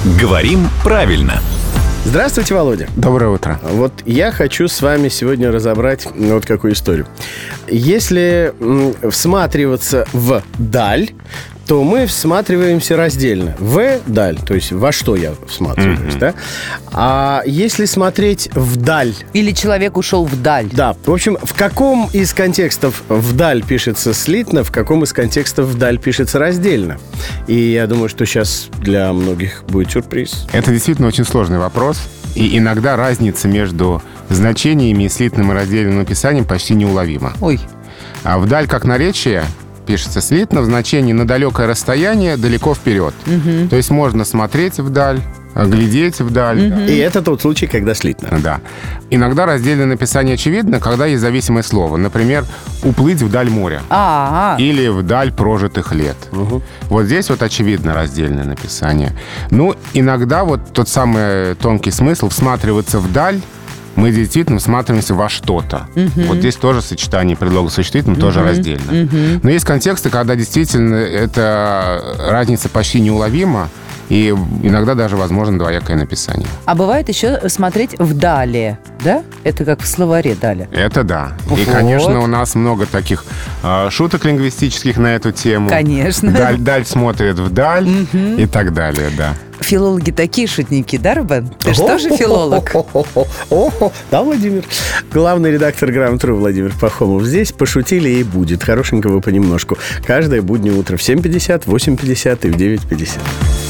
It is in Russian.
Говорим правильно. Здравствуйте, Володя. Доброе утро. Вот я хочу с вами сегодня разобрать вот какую историю. Если всматриваться вдаль, то мы всматриваемся раздельно. Вдаль, то есть во что я всматриваюсь, да? А если смотреть вдаль... Или человек ушел вдаль. Да, в общем, в каком из контекстов вдаль пишется слитно, в каком из контекстов вдаль пишется раздельно? И я думаю, что сейчас для многих будет сюрприз. Это действительно очень сложный вопрос. И иногда разница между значениями и слитным и раздельным написанием почти неуловима. Ой. А вдаль как наречие пишется слитно в значении на далекое расстояние, далеко вперед. То есть можно смотреть вдаль, глядеть вдаль. И это тот случай, когда слитно. Да. Иногда раздельное написание очевидно, когда есть зависимое слово. Например, «уплыть вдаль моря». Или «вдаль прожитых лет». Вот здесь вот очевидно раздельное написание. Ну, иногда вот тот самый тонкий смысл всматриваться вдаль. Мы действительно всматриваемся во что-то. Вот здесь тоже сочетание предлога с существительным тоже раздельно. Но есть контексты, когда действительно эта разница почти неуловима, и иногда даже возможно двоякое написание. А бывает еще смотреть вдали, да? Это как в словаре «дали». Это да. Вот. И, конечно, у нас много таких шуток лингвистических на эту тему. Конечно. Даль смотрит вдаль и так далее, да. Филологи такие шутники, да, Рубен? Ты же тоже филолог? Да, Владимир. Главный редактор «Грамотру» Владимир Пахомов здесь. Пошутили и будет. Хорошенького понемножку. Каждое буднее утро в 7:50, 8:50 и в 9:50.